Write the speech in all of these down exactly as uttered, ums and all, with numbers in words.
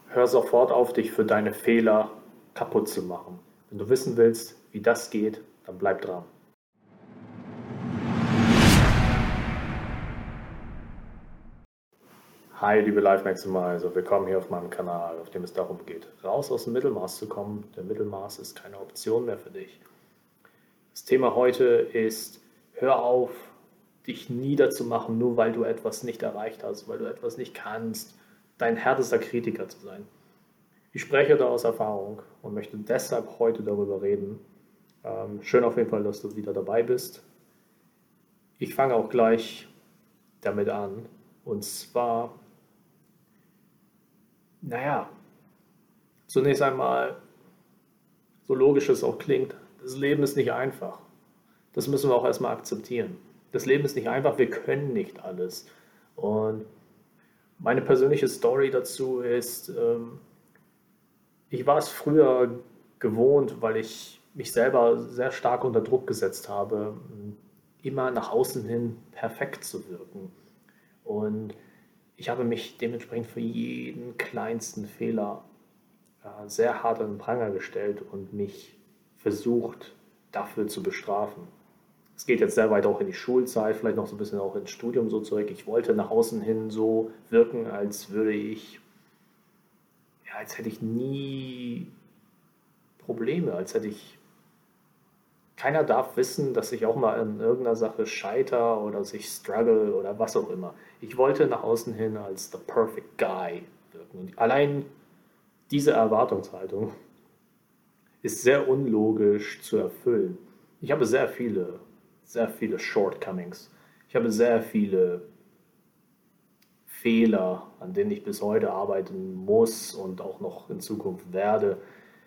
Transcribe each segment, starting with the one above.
Hör sofort auf, dich für deine Fehler kaputt zu machen. Wenn du wissen willst, wie das geht, dann bleib dran. Hi, liebe Life Maximizer, willkommen hier auf meinem Kanal, auf dem es darum geht, raus aus dem Mittelmaß zu kommen. Der Mittelmaß ist keine Option mehr für dich. Das Thema heute ist, hör auf, dich niederzumachen, nur weil du etwas nicht erreicht hast, weil du etwas nicht kannst, dein härtester Kritiker zu sein. Ich spreche da aus Erfahrung und möchte deshalb heute darüber reden. Ähm, schön auf jeden Fall, dass du wieder dabei bist. Ich fange auch gleich damit an. Und zwar, naja, zunächst einmal, so logisch es auch klingt, das Leben ist nicht einfach. Das müssen wir auch erstmal akzeptieren. Das Leben ist nicht einfach, wir können nicht alles. Und meine persönliche Story dazu ist, ähm, ich war es früher gewohnt, weil ich mich selber sehr stark unter Druck gesetzt habe, immer nach außen hin perfekt zu wirken. Und ich habe mich dementsprechend für jeden kleinsten Fehler äh, sehr hart an den Pranger gestellt und mich versucht, dafür zu bestrafen. Es geht jetzt sehr weit auch in die Schulzeit, vielleicht noch so ein bisschen auch ins Studium so zurück. Ich wollte nach außen hin so wirken, als würde ich, ja, als hätte ich nie Probleme, als hätte ich, keiner darf wissen, dass ich auch mal in irgendeiner Sache scheiter oder dass ich struggle oder was auch immer. Ich wollte nach außen hin als the perfect guy wirken. Und allein diese Erwartungshaltung ist sehr unlogisch zu erfüllen. Ich habe sehr viele, sehr viele Shortcomings. Ich habe sehr viele Fehler, an denen ich bis heute arbeiten muss und auch noch in Zukunft werde.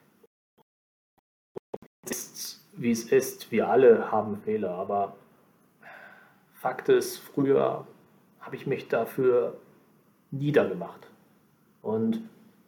Es ist, wie es ist, wir alle haben Fehler, aber Fakt ist, früher habe ich mich dafür niedergemacht und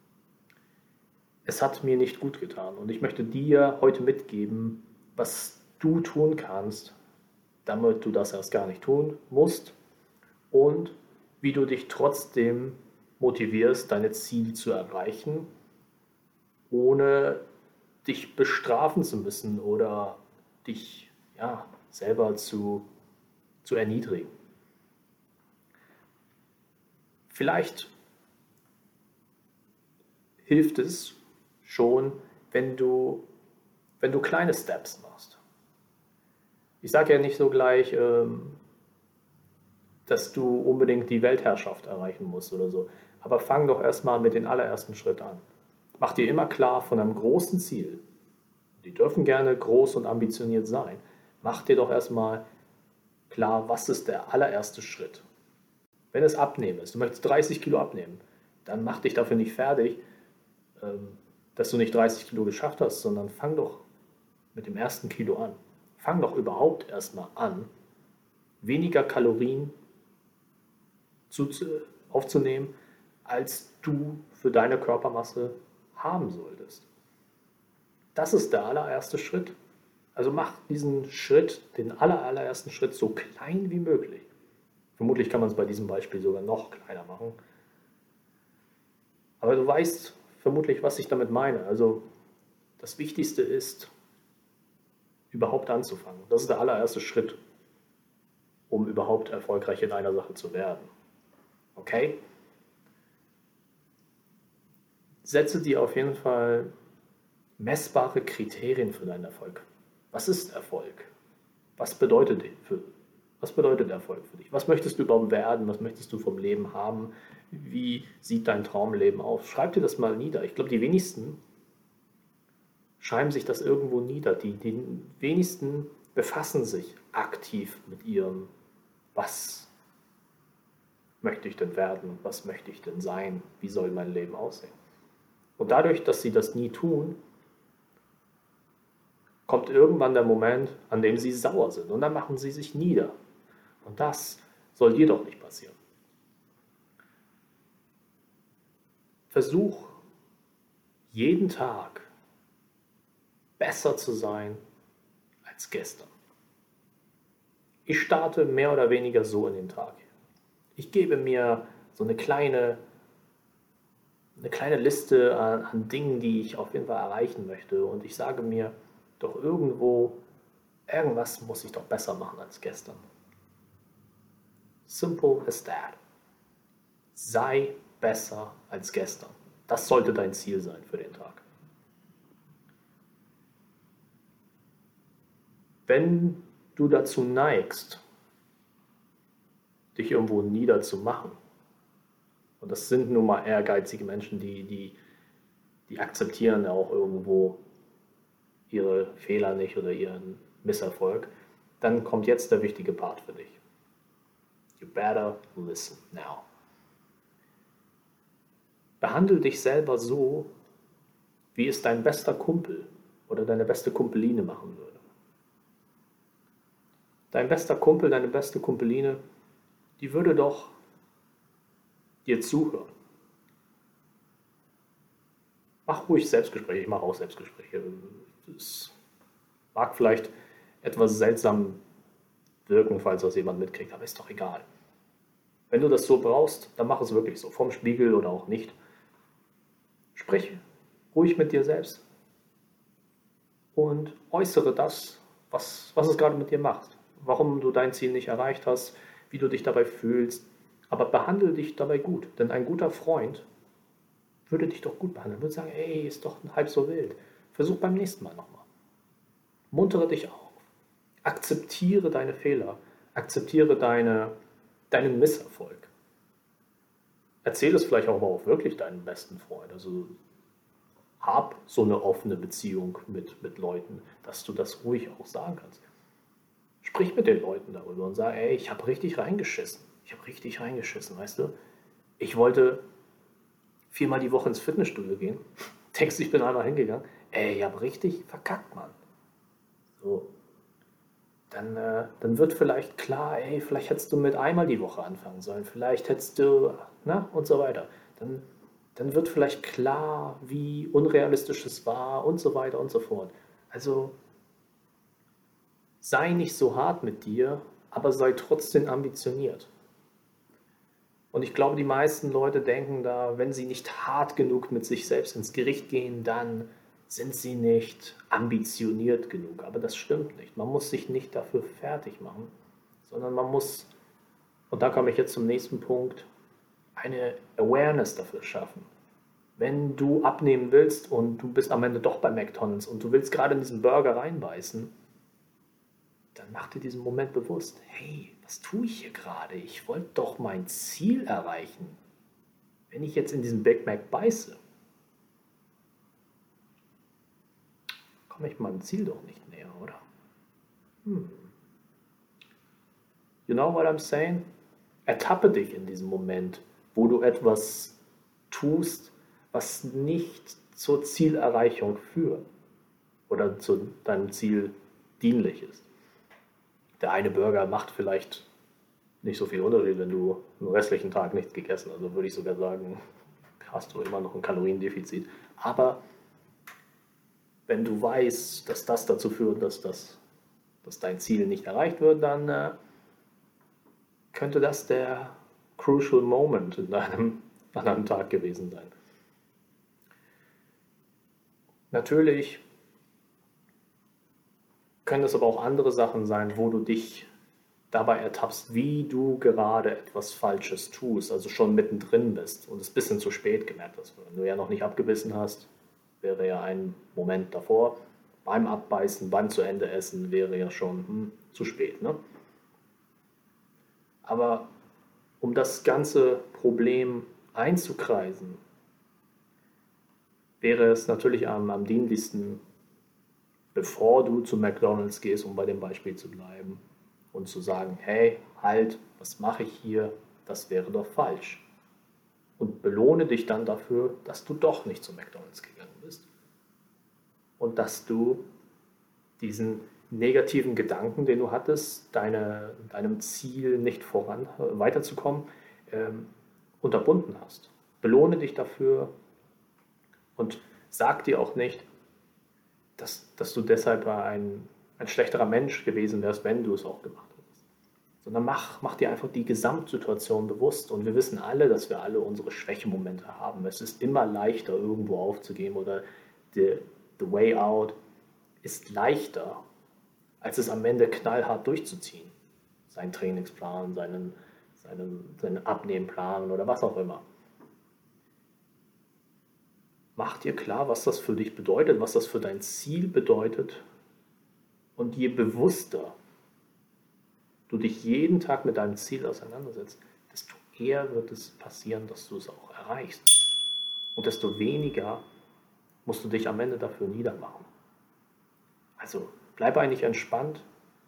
es hat mir nicht gut getan. Und ich möchte dir heute mitgeben, was du tun kannst, damit du das erst gar nicht tun musst und wie du dich trotzdem motivierst, deine Ziele zu erreichen, ohne dich bestrafen zu müssen oder dich ja, selber zu, zu erniedrigen. Vielleicht hilft es schon, wenn du, wenn du kleine Steps machst. Ich sage ja nicht so gleich, ähm, dass du unbedingt die Weltherrschaft erreichen musst oder so, aber fang doch erstmal mit den allerersten Schritt an. Mach dir immer klar von einem großen Ziel. Die dürfen gerne groß und ambitioniert sein. Mach dir doch erstmal klar, was ist der allererste Schritt. Wenn es Abnehmen ist, du möchtest dreißig Kilo abnehmen, dann mach dich dafür nicht fertig, dass du nicht dreißig Kilo geschafft hast, sondern fang doch mit dem ersten Kilo an. Fang doch überhaupt erstmal an, weniger Kalorien zu, aufzunehmen, als du für deine Körpermasse haben solltest. Das ist der allererste Schritt. Also mach diesen Schritt, den aller, allerersten Schritt, so klein wie möglich. Vermutlich kann man es bei diesem Beispiel sogar noch kleiner machen. Aber du weißt vermutlich, was ich damit meine. Also das Wichtigste ist, überhaupt anzufangen. Das ist der allererste Schritt, um überhaupt erfolgreich in einer Sache zu werden. Okay? Setze dir auf jeden Fall messbare Kriterien für deinen Erfolg. Was ist Erfolg? Was bedeutet, für, was bedeutet Erfolg für dich? Was möchtest du überhaupt werden? Was möchtest du vom Leben haben? Wie sieht dein Traumleben aus? Schreib dir das mal nieder. Ich glaube, die wenigsten schreiben sich das irgendwo nieder. Die, die wenigsten befassen sich aktiv mit ihrem, was möchte ich denn werden? Was möchte ich denn sein? Wie soll mein Leben aussehen? Und dadurch, dass sie das nie tun, kommt irgendwann der Moment, an dem sie sauer sind. Und dann machen sie sich nieder. Und das soll dir doch nicht passieren. Versuch jeden Tag besser zu sein als gestern. Ich starte mehr oder weniger so in den Tag. Ich gebe mir so eine kleine eine kleine Liste an, an Dingen, die ich auf jeden Fall erreichen möchte. Und ich sage mir doch irgendwo, irgendwas muss ich doch besser machen als gestern. Simple as that. Sei besser als gestern. Das sollte dein Ziel sein für den Tag. Wenn du dazu neigst, dich irgendwo niederzumachen, und das sind nun mal ehrgeizige Menschen, die, die, die akzeptieren auch irgendwo ihre Fehler nicht oder ihren Misserfolg, dann kommt jetzt der wichtige Part für dich. You better listen now. Behandle dich selber so, wie es dein bester Kumpel oder deine beste Kumpeline machen würde. Dein bester Kumpel, deine beste Kumpeline, die würde doch dir zuhören. Mach ruhig Selbstgespräche, ich mache auch Selbstgespräche. Das mag vielleicht etwas seltsam wirken, falls das jemand mitkriegt, aber ist doch egal. Wenn du das so brauchst, dann mach es wirklich so, vom Spiegel oder auch nicht. Sprich ruhig mit dir selbst und äußere das, was, was es gerade mit dir macht. Warum du dein Ziel nicht erreicht hast, wie du dich dabei fühlst. Aber behandle dich dabei gut, denn ein guter Freund würde dich doch gut behandeln, würde sagen, ey, ist doch halb so wild. Versuch beim nächsten Mal nochmal. Muntere dich auf. Akzeptiere deine Fehler. Akzeptiere deine, deinen Misserfolg. Erzähle es vielleicht auch, aber auch wirklich deinem besten Freund. Also hab so eine offene Beziehung mit, mit Leuten, dass du das ruhig auch sagen kannst. Sprich mit den Leuten darüber und sag, ey, ich habe richtig reingeschissen. Ich habe richtig reingeschissen, weißt du? Ich wollte viermal die Woche ins Fitnessstudio gehen. Denkst du, ich bin einmal hingegangen? Ey, ich habe richtig verkackt, Mann. So. Dann, äh, dann wird vielleicht klar, ey, vielleicht hättest du mit einmal die Woche anfangen sollen. Vielleicht hättest du, na, und so weiter. Dann, dann wird vielleicht klar, wie unrealistisch es war und so weiter und so fort. Also, sei nicht so hart mit dir, aber sei trotzdem ambitioniert. Und ich glaube, die meisten Leute denken da, wenn sie nicht hart genug mit sich selbst ins Gericht gehen, dann sind sie nicht ambitioniert genug. Aber das stimmt nicht. Man muss sich nicht dafür fertig machen, sondern man muss, und da komme ich jetzt zum nächsten Punkt, eine Awareness dafür schaffen. Wenn du abnehmen willst und du bist am Ende doch bei McDonald's und du willst gerade in diesen Burger reinbeißen, dann mach dir diesen Moment bewusst. Hey, was tue ich hier gerade? Ich wollte doch mein Ziel erreichen. Wenn ich jetzt in diesen Big Mac beiße, komme ich meinem Ziel doch nicht näher, oder? Hm. You know what I'm saying? Ertappe dich in diesem Moment, wo du etwas tust, was nicht zur Zielerreichung führt oder zu deinem Ziel dienlich ist. Der eine Burger macht vielleicht nicht so viel Unterschied, wenn du den restlichen Tag nichts gegessen hast. Also würde ich sogar sagen, hast du immer noch ein Kaloriendefizit. Aber wenn du weißt, dass das dazu führt, dass, das, dass dein Ziel nicht erreicht wird, dann äh, könnte das der crucial moment in deinem, an deinem Tag gewesen sein. Natürlich können es aber auch andere Sachen sein, wo du dich dabei ertappst, wie du gerade etwas Falsches tust, also schon mittendrin bist und es ein bisschen zu spät gemerkt hast. Wenn du ja noch nicht abgebissen hast, wäre ja ein Moment davor. Beim Abbeißen, beim zu Ende essen wäre ja schon hm, zu spät. Ne? Aber um das ganze Problem einzukreisen, wäre es natürlich am, am dienlichsten, bevor du zu McDonald's gehst, um bei dem Beispiel zu bleiben, und zu sagen, hey, halt, was mache ich hier? Das wäre doch falsch. Und belohne dich dann dafür, dass du doch nicht zu McDonald's gegangen bist. Und dass du diesen negativen Gedanken, den du hattest, deine, deinem Ziel nicht voran, weiterzukommen, ähm, unterbunden hast. Belohne dich dafür und sag dir auch nicht, dass, dass du deshalb ein, ein schlechterer Mensch gewesen wärst, wenn du es auch gemacht hättest. sondern mach, mach dir einfach die Gesamtsituation bewusst. Und wir wissen alle, dass wir alle unsere Schwächemomente haben. Es ist immer leichter, irgendwo aufzugeben oder the, the way out ist leichter, als es am Ende knallhart durchzuziehen. Seinen Trainingsplan, seinen, seinen, seinen Abnehmplan oder was auch immer. Mach dir klar, was das für dich bedeutet, was das für dein Ziel bedeutet. Und je bewusster du dich jeden Tag mit deinem Ziel auseinandersetzt, desto eher wird es passieren, dass du es auch erreichst. Und desto weniger musst du dich am Ende dafür niedermachen. Also bleib eigentlich entspannt,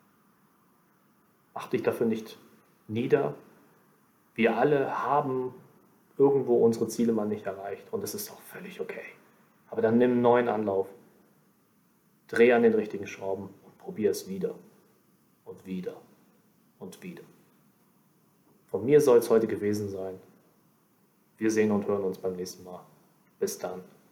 mach dich dafür nicht nieder. Wir alle haben irgendwo unsere Ziele mal nicht erreicht und das ist auch völlig okay. Aber dann nimm einen neuen Anlauf, dreh an den richtigen Schrauben und probier es wieder und wieder und wieder. Von mir soll es heute gewesen sein. Wir sehen und hören uns beim nächsten Mal. Bis dann.